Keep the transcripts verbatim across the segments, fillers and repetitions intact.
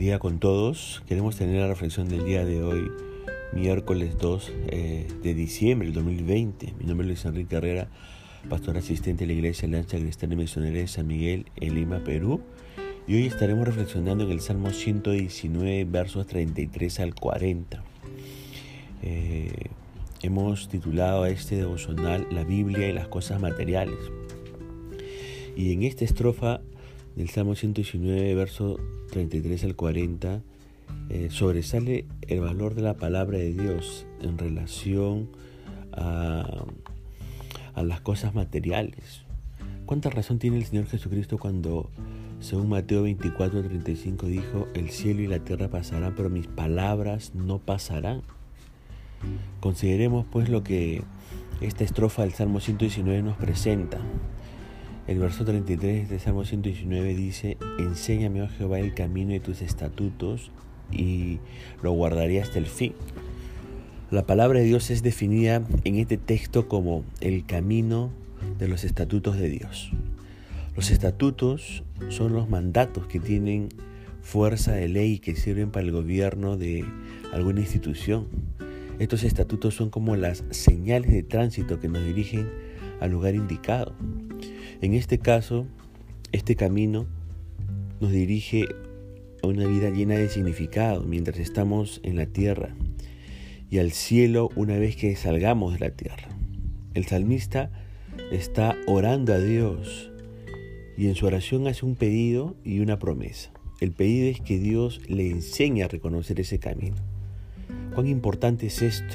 día con todos. Queremos tener la reflexión del día de hoy, miércoles dos eh, de diciembre del dos mil veinte. Mi nombre es Luis Enrique Herrera, pastor asistente de la Iglesia Alianza Cristiana Misionera de San Miguel en Lima, Perú. Y hoy estaremos reflexionando en el Salmo ciento diecinueve, versos treinta y tres al cuarenta. Eh, hemos titulado a este devocional La Biblia y las cosas materiales. Y en esta estrofa del Salmo ciento diecinueve, verso treinta y tres al cuarenta, eh, sobresale el valor de la palabra de Dios en relación a, a las cosas materiales. ¿Cuánta razón tiene el Señor Jesucristo cuando, según Mateo veinticuatro, treinta y cinco, dijo: el cielo y la tierra pasarán, pero mis palabras no pasarán? Consideremos pues lo que esta estrofa del Salmo ciento diecinueve nos presenta. El verso treinta y tres de Salmo ciento diecinueve dice: enséñame, oh Jehová, el camino de tus estatutos, y lo guardaré hasta el fin. La palabra de Dios es definida en este texto como el camino de los estatutos de Dios. Los estatutos son los mandatos que tienen fuerza de ley y que sirven para el gobierno de alguna institución. Estos estatutos son como las señales de tránsito que nos dirigen al lugar indicado. En este caso, este camino nos dirige a una vida llena de significado mientras estamos en la tierra, y al cielo una vez que salgamos de la tierra. El salmista está orando a Dios y en su oración hace un pedido y una promesa. El pedido es que Dios le enseñe a reconocer ese camino. ¿Cuán importante es esto?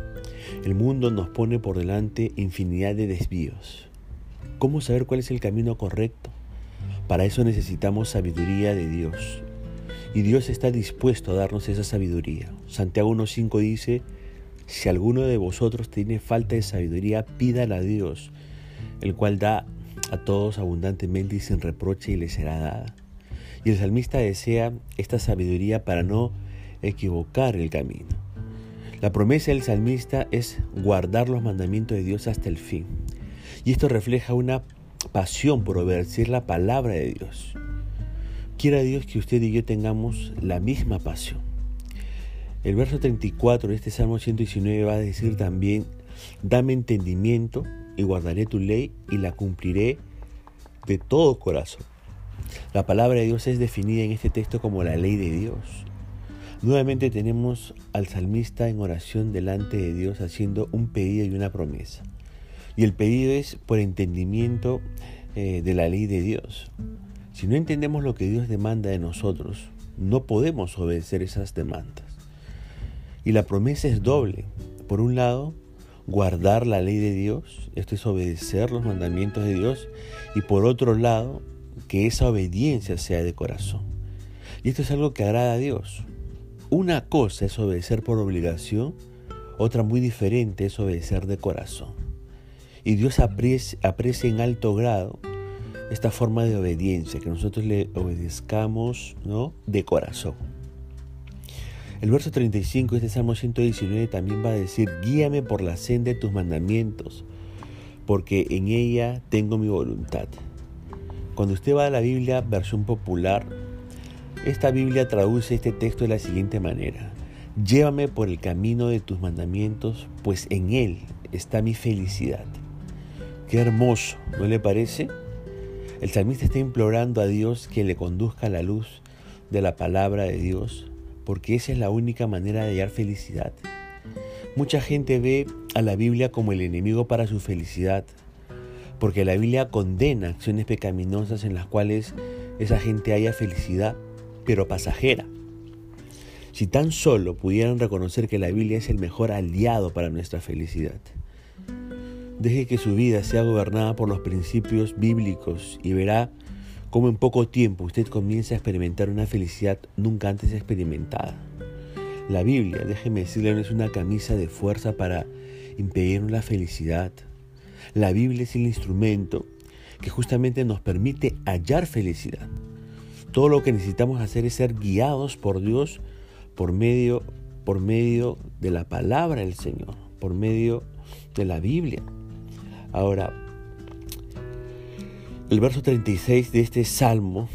El mundo nos pone por delante infinidad de desvíos. ¿Cómo saber cuál es el camino correcto? Para eso necesitamos sabiduría de Dios. Y Dios está dispuesto a darnos esa sabiduría. Santiago uno cinco dice: si alguno de vosotros tiene falta de sabiduría, pídala a Dios, el cual da a todos abundantemente y sin reproche, y le será dada. Y el salmista desea esta sabiduría para no equivocar el camino. La promesa del salmista es guardar los mandamientos de Dios hasta el fin. Y esto refleja una pasión por obedecer la palabra de Dios. Quiera Dios que usted y yo tengamos la misma pasión. El verso treinta y cuatro de este Salmo ciento diecinueve va a decir también: dame entendimiento y guardaré tu ley y la cumpliré de todo corazón. La palabra de Dios es definida en este texto como la ley de Dios. Nuevamente tenemos al salmista en oración delante de Dios haciendo un pedido y una promesa. Y el pedido es por entendimiento eh, de la ley de Dios. Si no entendemos lo que Dios demanda de nosotros, no podemos obedecer esas demandas. Y la promesa es doble. Por un lado, guardar la ley de Dios, esto es obedecer los mandamientos de Dios, y por otro lado, que esa obediencia sea de corazón. Y esto es algo que agrada a Dios. Una cosa es obedecer por obligación, otra muy diferente es obedecer de corazón. Y Dios aprecia, aprecia en alto grado esta forma de obediencia, que nosotros le obedezcamos, ¿no?, de corazón. El verso treinta y cinco de este Salmo ciento diecinueve también va a decir: guíame por la senda de tus mandamientos, porque en ella tengo mi voluntad. Cuando usted va a la Biblia versión popular, esta Biblia traduce este texto de la siguiente manera: llévame por el camino de tus mandamientos, pues en él está mi felicidad. Qué hermoso, ¿no le parece? El salmista está implorando a Dios que le conduzca a la luz de la palabra de Dios, porque esa es la única manera de hallar felicidad. Mucha gente ve a la Biblia como el enemigo para su felicidad, porque la Biblia condena acciones pecaminosas en las cuales esa gente halla felicidad, pero pasajera. Si tan solo pudieran reconocer que la Biblia es el mejor aliado para nuestra felicidad. Deje que su vida sea gobernada por los principios bíblicos y verá cómo en poco tiempo usted comienza a experimentar una felicidad nunca antes experimentada. La Biblia, déjeme decirle, no es una camisa de fuerza para impedirnos la felicidad. La Biblia es el instrumento que justamente nos permite hallar felicidad. Todo lo que necesitamos hacer es ser guiados por Dios por medio, por medio de la palabra del Señor, por medio de la Biblia. Ahora, el verso treinta y seis de este Salmo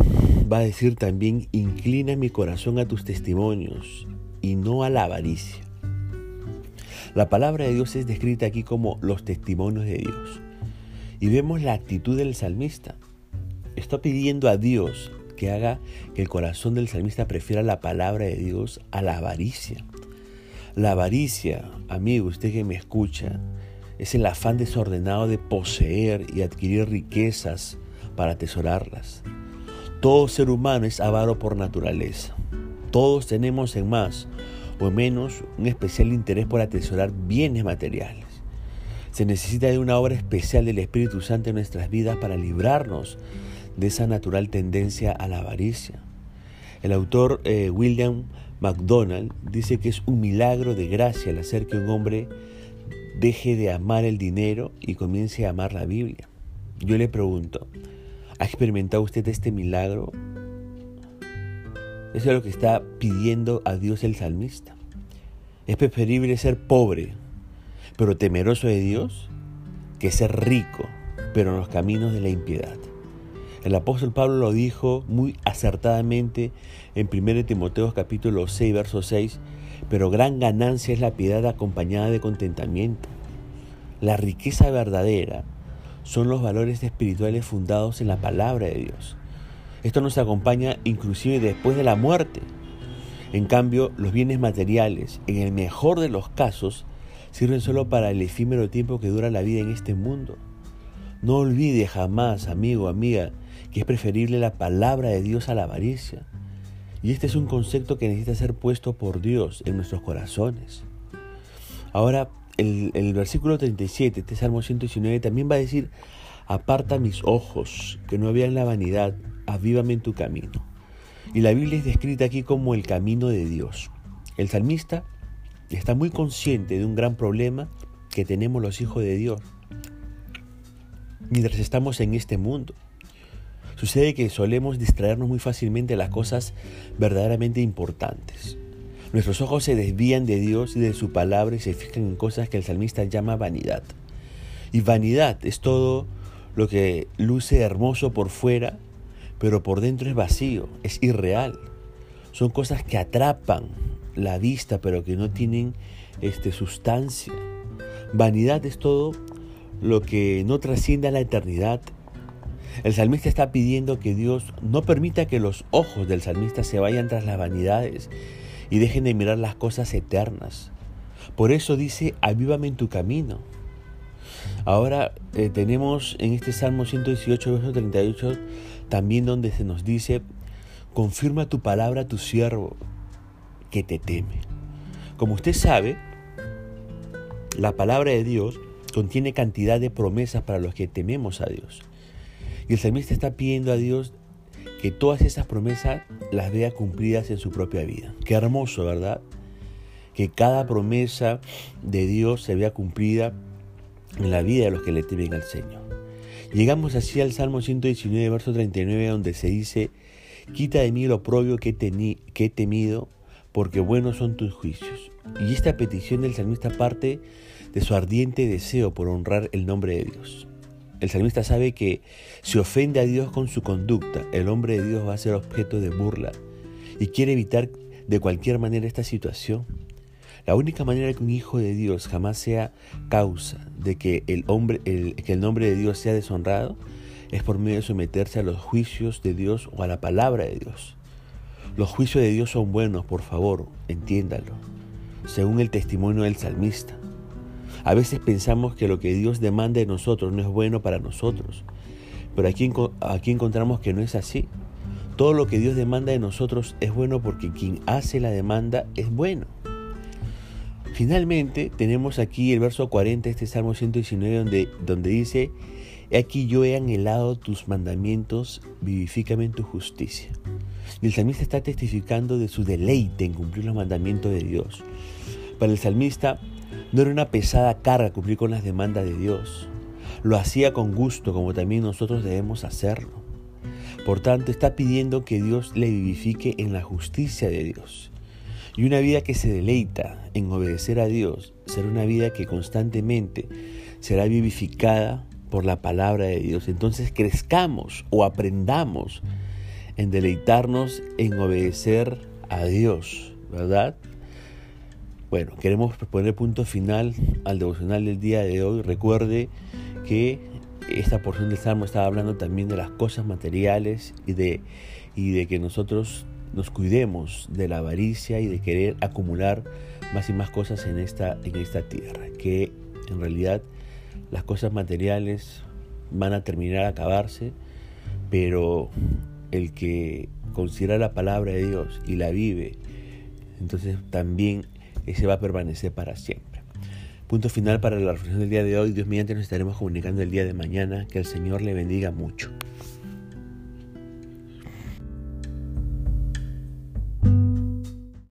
va a decir también: inclina mi corazón a tus testimonios y no a la avaricia. La palabra de Dios es descrita aquí como los testimonios de Dios. Y vemos la actitud del salmista. Está pidiendo a Dios que haga que el corazón del salmista prefiera la palabra de Dios a la avaricia. La avaricia, amigo, usted que me escucha, es el afán desordenado de poseer y adquirir riquezas para atesorarlas. Todo ser humano es avaro por naturaleza. Todos tenemos en más o en menos un especial interés por atesorar bienes materiales. Se necesita de una obra especial del Espíritu Santo en nuestras vidas para librarnos de esa natural tendencia a la avaricia. El autor eh, William MacDonald dice que es un milagro de gracia el hacer que un hombre deje de amar el dinero y comience a amar la Biblia. Yo le pregunto, ¿ha experimentado usted este milagro? Eso es lo que está pidiendo a Dios el salmista. Es preferible ser pobre, pero temeroso de Dios, que ser rico, pero en los caminos de la impiedad. El apóstol Pablo lo dijo muy acertadamente en primera de Timoteo capítulo seis, verso seis, pero gran ganancia es la piedad acompañada de contentamiento. La riqueza verdadera son los valores espirituales fundados en la palabra de Dios. Esto nos acompaña inclusive después de la muerte. En cambio, los bienes materiales, en el mejor de los casos, sirven solo para el efímero tiempo que dura la vida en este mundo. No olvide jamás, amigo, amiga, que es preferible la palabra de Dios a la avaricia. Y este es un concepto que necesita ser puesto por Dios en nuestros corazones. Ahora, el, el versículo treinta y siete, este Salmo ciento diecinueve, también va a decir: aparta mis ojos, que no vean la vanidad, avívame en tu camino. Y la Biblia es descrita aquí como el camino de Dios. El salmista está muy consciente de un gran problema que tenemos los hijos de Dios mientras estamos en este mundo. Sucede que solemos distraernos muy fácilmente de las cosas verdaderamente importantes. Nuestros ojos se desvían de Dios y de su palabra y se fijan en cosas que el salmista llama vanidad. Y vanidad es todo lo que luce hermoso por fuera, pero por dentro es vacío, es irreal. Son cosas que atrapan la vista, pero que no tienen este, sustancia. Vanidad es todo lo que no trasciende a la eternidad. El salmista está pidiendo que Dios no permita que los ojos del salmista se vayan tras las vanidades y dejen de mirar las cosas eternas. Por eso dice: avívame en tu camino. Ahora eh, tenemos en este Salmo ciento dieciocho, verso treinta y ocho, también donde se nos dice: confirma tu palabra a tu siervo que te teme. Como usted sabe, la palabra de Dios contiene cantidad de promesas para los que tememos a Dios. Y el salmista está pidiendo a Dios que todas esas promesas las vea cumplidas en su propia vida. Qué hermoso, ¿verdad? Que cada promesa de Dios se vea cumplida en la vida de los que le temen al Señor. Llegamos así al Salmo ciento diecinueve, verso treinta y nueve, donde se dice: quita de mí el oprobio que, teni, que he temido, porque buenos son tus juicios. Y esta petición del salmista parte de su ardiente deseo por honrar el nombre de Dios. El salmista sabe que si ofende a Dios con su conducta, el hombre de Dios va a ser objeto de burla y quiere evitar de cualquier manera esta situación. La única manera que un hijo de Dios jamás sea causa de que el, hombre, el, que el nombre de Dios sea deshonrado es por medio de someterse a los juicios de Dios o a la palabra de Dios. Los juicios de Dios son buenos, por favor, entiéndalo, según el testimonio del salmista. A veces pensamos que lo que Dios demanda de nosotros no es bueno para nosotros, pero aquí, aquí encontramos que no es así. Todo lo que Dios demanda de nosotros es bueno porque quien hace la demanda es bueno. Finalmente, tenemos aquí el verso cuarenta, este Salmo ciento diecinueve, donde, donde dice: he aquí yo he anhelado tus mandamientos, vivifícame en tu justicia. Y el salmista está testificando de su deleite en cumplir los mandamientos de Dios. Para el salmista, no era una pesada carga cumplir con las demandas de Dios. Lo hacía con gusto, como también nosotros debemos hacerlo. Por tanto, está pidiendo que Dios le vivifique en la justicia de Dios. Y una vida que se deleita en obedecer a Dios será una vida que constantemente será vivificada por la palabra de Dios. Entonces crezcamos o aprendamos en deleitarnos, en obedecer a Dios, ¿verdad? Bueno, queremos poner punto final al devocional del día de hoy. Recuerde que esta porción del Salmo estaba hablando también de las cosas materiales y de, y de que nosotros nos cuidemos de la avaricia y de querer acumular más y más cosas en esta, en esta tierra. Que en realidad las cosas materiales van a terminar a acabarse, pero el que considera la palabra de Dios y la vive, entonces también ese va a permanecer para siempre. Punto final para la reflexión del día de hoy. Dios mediante nos estaremos comunicando el día de mañana. Que el Señor le bendiga mucho.